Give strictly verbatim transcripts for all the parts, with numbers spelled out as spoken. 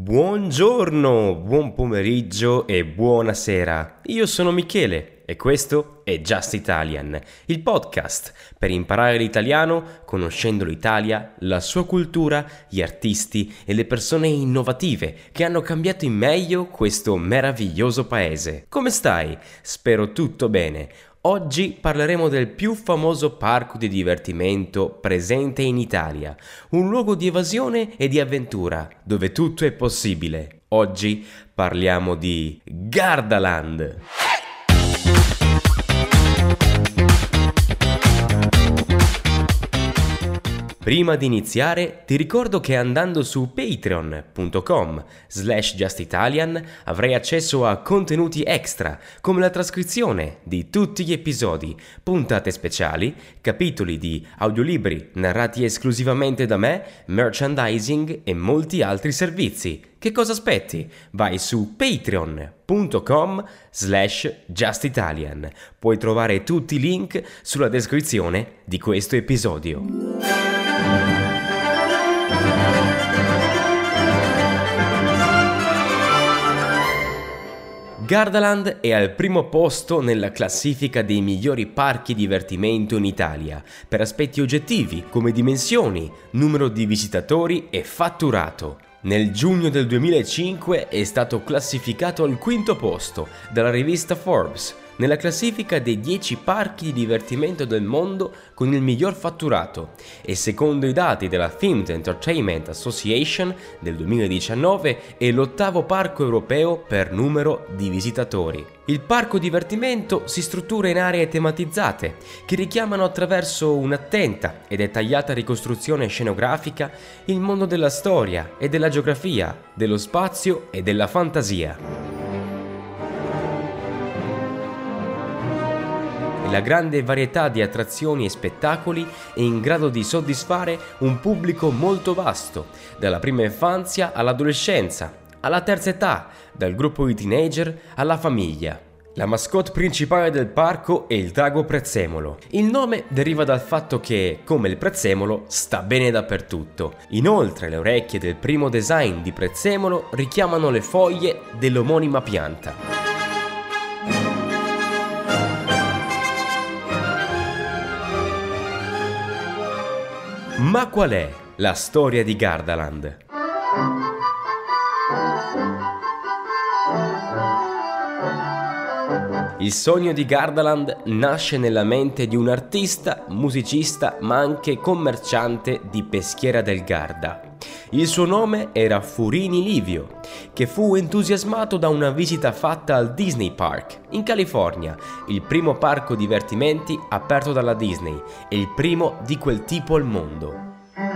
Buongiorno, buon pomeriggio e buonasera. Io sono Michele e questo è Just Italian, il podcast per imparare l'italiano conoscendo l'Italia, la sua cultura, gli artisti e le persone innovative che hanno cambiato in meglio questo meraviglioso paese. Come stai? Spero tutto bene. Oggi parleremo del più famoso parco di divertimento presente in Italia, un luogo di evasione e di avventura, dove tutto è possibile. Oggi parliamo di Gardaland. Prima di iniziare, ti ricordo che andando su patreon punto com slash justitalian avrai accesso a contenuti extra, come la trascrizione di tutti gli episodi, puntate speciali, capitoli di audiolibri narrati esclusivamente da me, merchandising e molti altri servizi. Che cosa aspetti? Vai su patreon punto com slash justitalian. Puoi trovare tutti i link sulla descrizione di questo episodio. Gardaland è al primo posto nella classifica dei migliori parchi divertimento in Italia, per aspetti oggettivi come dimensioni, numero di visitatori e fatturato. Nel giugno del duemilacinque è stato classificato al quinto posto dalla rivista Forbes, nella classifica dei dieci parchi di divertimento del mondo con il miglior fatturato e secondo i dati della Themed Entertainment Association del duemiladiciannove è l'ottavo parco europeo per numero di visitatori. Il parco divertimento si struttura in aree tematizzate che richiamano attraverso un'attenta e dettagliata ricostruzione scenografica il mondo della storia e della geografia, dello spazio e della fantasia. La grande varietà di attrazioni e spettacoli è in grado di soddisfare un pubblico molto vasto, dalla prima infanzia all'adolescenza, alla terza età, dal gruppo di teenager alla famiglia. La mascotte principale del parco è il drago prezzemolo. Il nome deriva dal fatto che, come il prezzemolo, sta bene dappertutto. Inoltre, le orecchie del primo design di prezzemolo richiamano le foglie dell'omonima pianta. Ma qual è la storia di Gardaland? Il sogno di Gardaland nasce nella mente di un artista, musicista ma anche commerciante di Peschiera del Garda. Il suo nome era Furini Livio, che fu entusiasmato da una visita fatta al Disney Park, in California, il primo parco divertimenti aperto dalla Disney e il primo di quel tipo al mondo.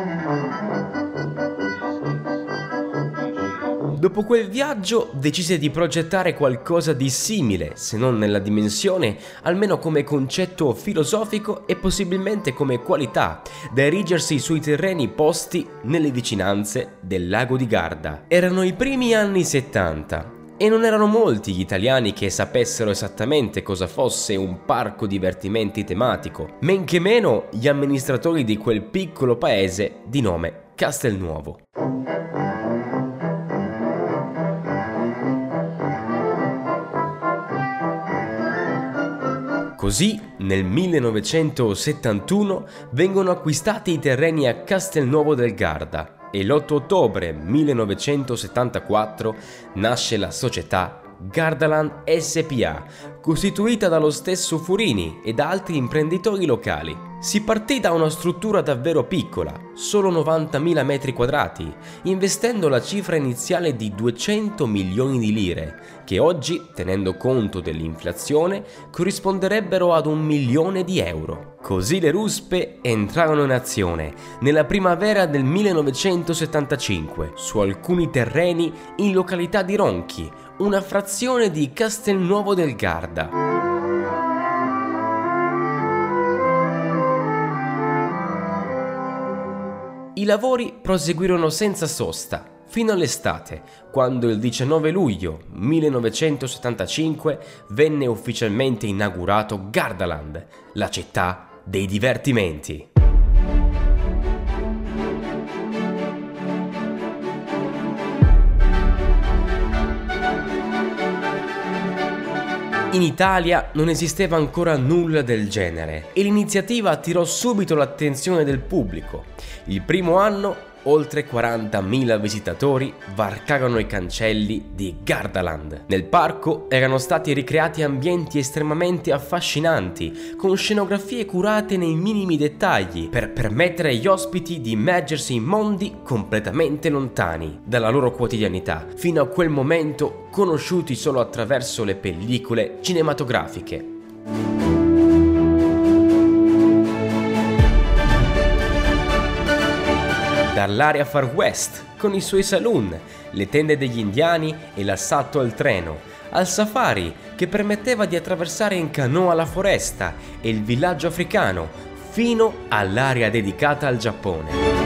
Dopo quel viaggio decise di progettare qualcosa di simile, se non nella dimensione, almeno come concetto filosofico e possibilmente come qualità, da erigersi sui terreni posti nelle vicinanze del lago di Garda. Erano i primi anni settanta e non erano molti gli italiani che sapessero esattamente cosa fosse un parco divertimenti tematico, men che meno gli amministratori di quel piccolo paese di nome Castelnuovo. Così, nel millenovecentosettantuno vengono acquistati i terreni a Castelnuovo del Garda e l'otto ottobre millenovecentosettantaquattro nasce la società Gardaland S P A, costituita dallo stesso Furini e da altri imprenditori locali. Si partì da una struttura davvero piccola, solo novantamila metri quadrati, investendo la cifra iniziale di duecento milioni di lire, che oggi, tenendo conto dell'inflazione, corrisponderebbero ad un milione di euro. Così le ruspe entrarono in azione nella primavera del millenovecentosettantacinque su alcuni terreni in località di Ronchi, una frazione di Castelnuovo del Garda. I lavori proseguirono senza sosta fino all'estate, quando il diciannove luglio millenovecentosettantacinque venne ufficialmente inaugurato Gardaland, la città dei divertimenti. In Italia non esisteva ancora nulla del genere e l'iniziativa attirò subito l'attenzione del pubblico. Il primo anno oltre quarantamila visitatori varcarono i cancelli di Gardaland. Nel parco erano stati ricreati ambienti estremamente affascinanti, con scenografie curate nei minimi dettagli, per permettere agli ospiti di immergersi in mondi completamente lontani dalla loro quotidianità, fino a quel momento conosciuti solo attraverso le pellicole cinematografiche. Dall'area Far West, con i suoi saloon, le tende degli indiani e l'assalto al treno, al safari che permetteva di attraversare in canoa la foresta e il villaggio africano, fino all'area dedicata al Giappone.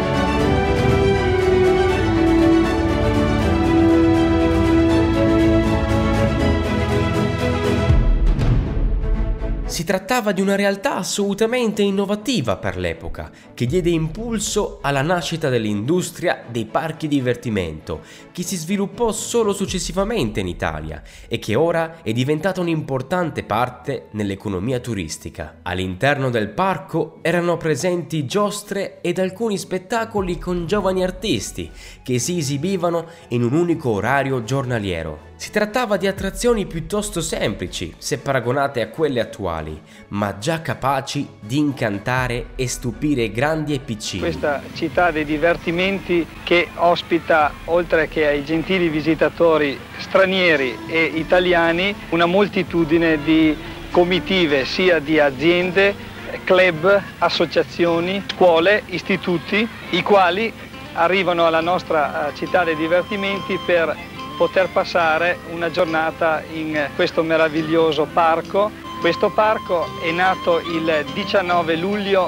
Si trattava di una realtà assolutamente innovativa per l'epoca, che diede impulso alla nascita dell'industria dei parchi divertimento, che si sviluppò solo successivamente in Italia e che ora è diventata un'importante parte nell'economia turistica. All'interno del parco erano presenti giostre ed alcuni spettacoli con giovani artisti che si esibivano in un unico orario giornaliero. Si trattava di attrazioni piuttosto semplici, se paragonate a quelle attuali, ma già capaci di incantare e stupire grandi e piccini. Questa città dei divertimenti che ospita, oltre che ai gentili visitatori stranieri e italiani, una moltitudine di comitive, sia di aziende, club, associazioni, scuole, istituti, i quali arrivano alla nostra città dei divertimenti per poter passare una giornata in questo meraviglioso parco. Questo parco è nato il diciannove luglio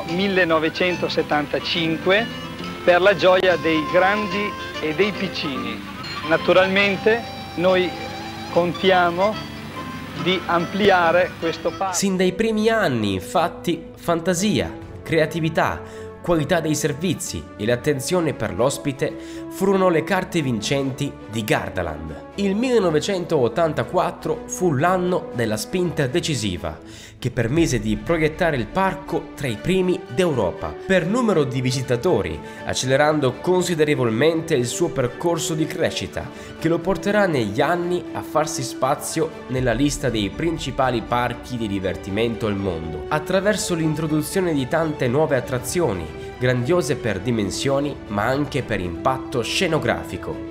millenovecentosettantacinque per la gioia dei grandi e dei piccini. Naturalmente noi contiamo di ampliare questo parco. Sin dai primi anni, infatti, fantasia, creatività, qualità dei servizi e l'attenzione per l'ospite furono le carte vincenti di Gardaland. Il millenovecentottantaquattro fu l'anno della spinta decisiva, che permise di proiettare il parco tra i primi d'Europa per numero di visitatori, accelerando considerevolmente il suo percorso di crescita, che lo porterà negli anni a farsi spazio nella lista dei principali parchi di divertimento al mondo, attraverso l'introduzione di tante nuove attrazioni, grandiose per dimensioni ma anche per impatto scenografico.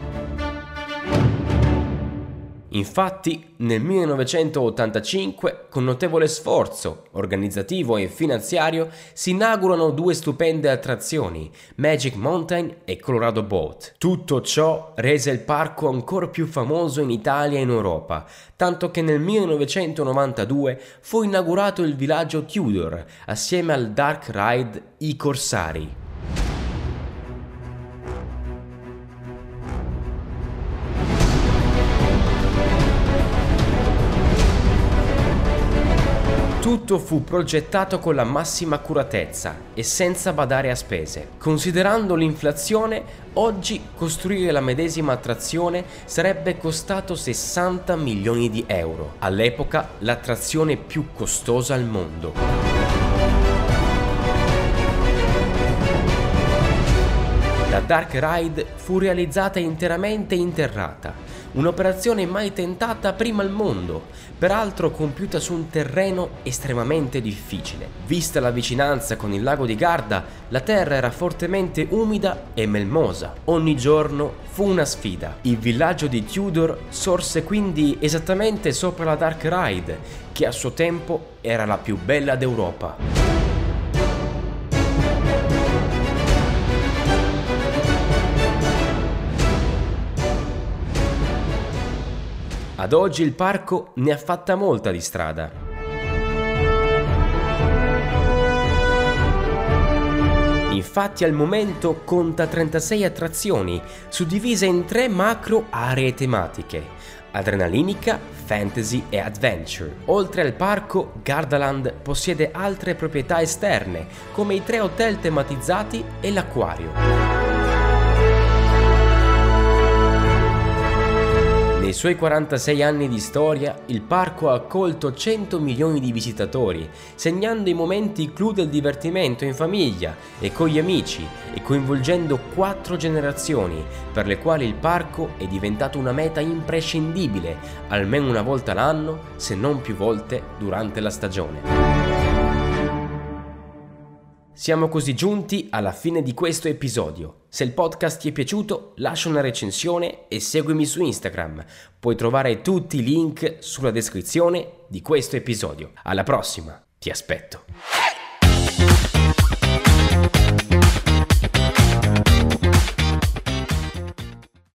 Infatti, nel millenovecentottantacinque, con notevole sforzo organizzativo e finanziario, si inaugurano due stupende attrazioni, Magic Mountain e Colorado Boat. Tutto ciò rese il parco ancora più famoso in Italia e in Europa, tanto che nel millenovecentonovantadue fu inaugurato il villaggio Tudor, assieme al dark ride I Corsari. Tutto fu progettato con la massima accuratezza e senza badare a spese. Considerando l'inflazione, oggi costruire la medesima attrazione sarebbe costato sessanta milioni di euro. All'epoca l'attrazione più costosa al mondo. La Dark Ride fu realizzata interamente interrata, un'operazione mai tentata prima al mondo, peraltro compiuta su un terreno estremamente difficile. Vista la vicinanza con il lago di Garda, la terra era fortemente umida e melmosa. Ogni giorno fu una sfida. Il villaggio di Tudor sorse quindi esattamente sopra la Dark Ride, che a suo tempo era la più bella d'Europa. Ad oggi il parco ne ha fatta molta di strada. Infatti al momento conta trentasei attrazioni, suddivise in tre macro aree tematiche: adrenalinica, fantasy e adventure. Oltre al parco, Gardaland possiede altre proprietà esterne, come i tre hotel tematizzati e l'acquario. Nei suoi quarantasei anni di storia, il parco ha accolto cento milioni di visitatori, segnando i momenti clou del divertimento in famiglia e con gli amici e coinvolgendo quattro generazioni, per le quali il parco è diventato una meta imprescindibile, almeno una volta l'anno, se non più volte durante la stagione. Siamo così giunti alla fine di questo episodio. Se il podcast ti è piaciuto, lascia una recensione e seguimi su Instagram. Puoi trovare tutti i link sulla descrizione di questo episodio. Alla prossima, ti aspetto.